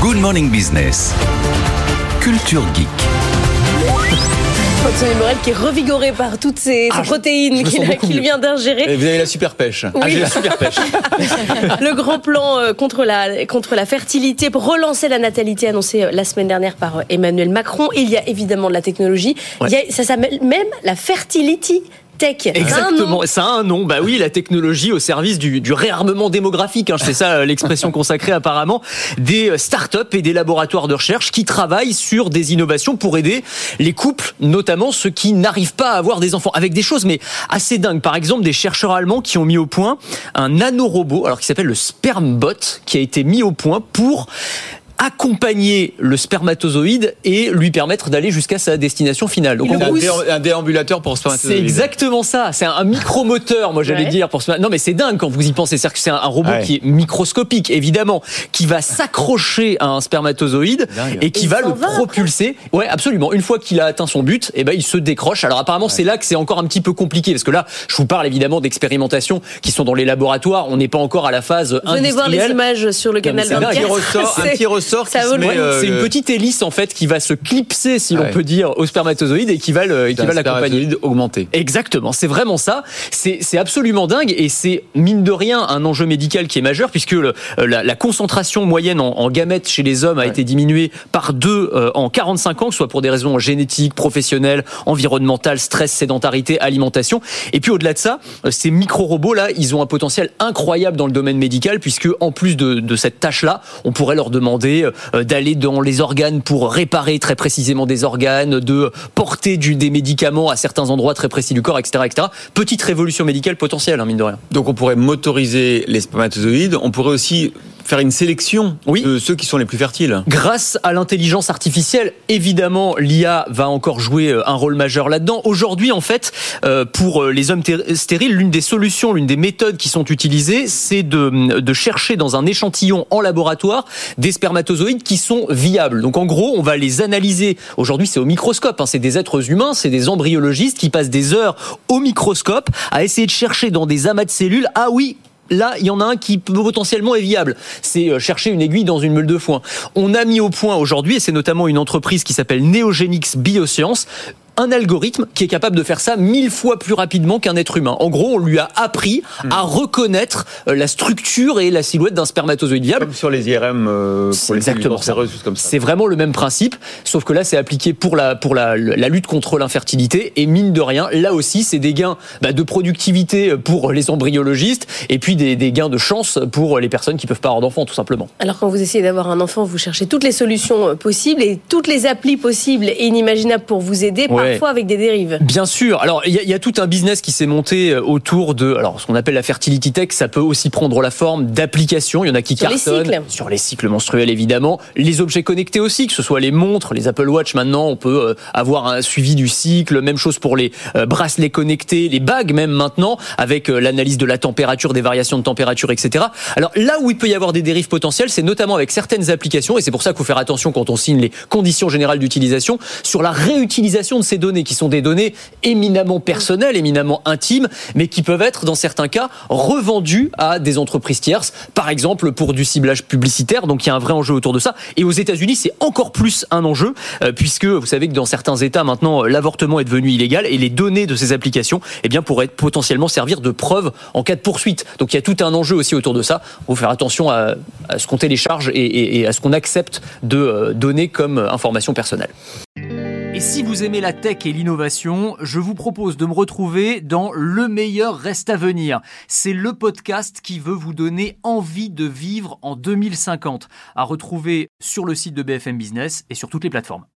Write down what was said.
Good Morning Business. Culture Geek. Anthony Morel qui est revigoré par toutes ces protéines qu'il vient d'ingérer. Et vous avez la super pêche. Oui. J'ai la super pêche. Le grand plan contre la fertilité pour relancer la natalité annoncé la semaine dernière par Emmanuel Macron. Il y a évidemment de la technologie. Ouais. Ça s'appelle même la fertility tech. Exactement, ça a un nom. Bah oui, la technologie au service du réarmement démographique. C'est ça l'expression consacrée apparemment. Des startups et des laboratoires de recherche qui travaillent sur des innovations pour aider les couples, notamment ceux qui n'arrivent pas à avoir des enfants, avec des choses mais assez dingues. Par exemple, des chercheurs allemands qui ont mis au point un nanorobot, alors qui s'appelle le SpermBot, qui a été mis au point pour accompagner le spermatozoïde et lui permettre d'aller jusqu'à sa destination finale. Donc un déambulateur pour spermatozoïde. C'est exactement ça. C'est un micromoteur, moi j'allais dire. Non mais c'est dingue quand vous y pensez. C'est-à-dire que c'est un robot qui est microscopique, évidemment, qui va s'accrocher à un spermatozoïde et qui va le propulser. Ouais, absolument. Une fois qu'il a atteint son but, il se décroche. Alors apparemment, c'est là que c'est encore un petit peu compliqué parce que là, je vous parle évidemment d'expérimentations qui sont dans les laboratoires. On n'est pas encore à la phase industrielle. Venez voir les images sur le canal 24. Un petit ressort. C'est une petite hélice en fait qui va se clipser, si l'on peut dire, au spermatozoïde et qui va l'accompagner. Augmenter. Exactement, c'est vraiment ça. C'est absolument dingue et c'est mine de rien un enjeu médical qui est majeur puisque la concentration moyenne en gamètes chez les hommes a été diminuée par 2 en 45 ans, que ce soit pour des raisons génétiques, professionnelles, environnementales, stress, sédentarité, alimentation. Et puis au-delà de ça, ces micro-robots là, ils ont un potentiel incroyable dans le domaine médical puisque en plus de cette tâche-là, on pourrait leur demander d'aller dans les organes pour réparer très précisément des organes, de porter des médicaments à certains endroits très précis du corps, etc., etc. Petite révolution médicale potentielle, mine de rien. Donc on pourrait motoriser les spermatozoïdes, on pourrait aussi faire une sélection de ceux qui sont les plus fertiles. Grâce à l'intelligence artificielle, évidemment, l'IA va encore jouer un rôle majeur là-dedans. Aujourd'hui, en fait, pour les hommes stériles, l'une des solutions, l'une des méthodes qui sont utilisées, c'est de chercher dans un échantillon en laboratoire des spermatozoïdes qui sont viables. Donc en gros, on va les analyser. Aujourd'hui, c'est au microscope. C'est des êtres humains, c'est des embryologistes qui passent des heures au microscope à essayer de chercher dans des amas de cellules. Ah oui, là, il y en a un qui potentiellement est viable. C'est chercher une aiguille dans une meule de foin. On a mis au point aujourd'hui, et c'est notamment une entreprise qui s'appelle Neogenix Biosciences, un algorithme qui est capable de faire ça 1000 fois plus rapidement qu'un être humain. En gros, on lui a appris à reconnaître la structure et la silhouette d'un spermatozoïde viable. Comme sur les IRM, pour les cellules cancéreuses, comme ça. C'est vraiment le même principe, sauf que là, c'est appliqué pour la lutte contre l'infertilité. Et mine de rien, là aussi, c'est des gains de productivité pour les embryologistes et puis des gains de chance pour les personnes qui peuvent pas avoir d'enfants, tout simplement. Alors, quand vous essayez d'avoir un enfant, vous cherchez toutes les solutions possibles et toutes les applis possibles et inimaginables pour vous aider. Parfois avec des dérives. Bien sûr. Alors, il y a tout un business qui s'est monté autour de, ce qu'on appelle la fertility tech. Ça peut aussi prendre la forme d'applications. Il y en a qui cartonnent. Sur les cycles menstruels, évidemment. Les objets connectés aussi, que ce soit les montres, les Apple Watch. Maintenant, on peut avoir un suivi du cycle. Même chose pour les bracelets connectés, les bagues même maintenant, avec l'analyse de la température, des variations de température, etc. Alors là où il peut y avoir des dérives potentielles, c'est notamment avec certaines applications. Et c'est pour ça qu'il faut faire attention quand on signe les conditions générales d'utilisation sur la réutilisation de ces données qui sont des données éminemment personnelles, éminemment intimes, mais qui peuvent être, dans certains cas, revendues à des entreprises tierces, par exemple pour du ciblage publicitaire. Donc il y a un vrai enjeu autour de ça. Et aux États-Unis, c'est encore plus un enjeu, puisque vous savez que dans certains États, maintenant, l'avortement est devenu illégal et les données de ces applications pourraient potentiellement servir de preuve en cas de poursuite. Donc il y a tout un enjeu aussi autour de ça. Il faut faire attention à ce qu'on télécharge et à ce qu'on accepte de donner comme information personnelle. Et si vous aimez la tech et l'innovation, je vous propose de me retrouver dans Le meilleur reste à venir. C'est le podcast qui veut vous donner envie de vivre en 2050, à retrouver sur le site de BFM Business et sur toutes les plateformes.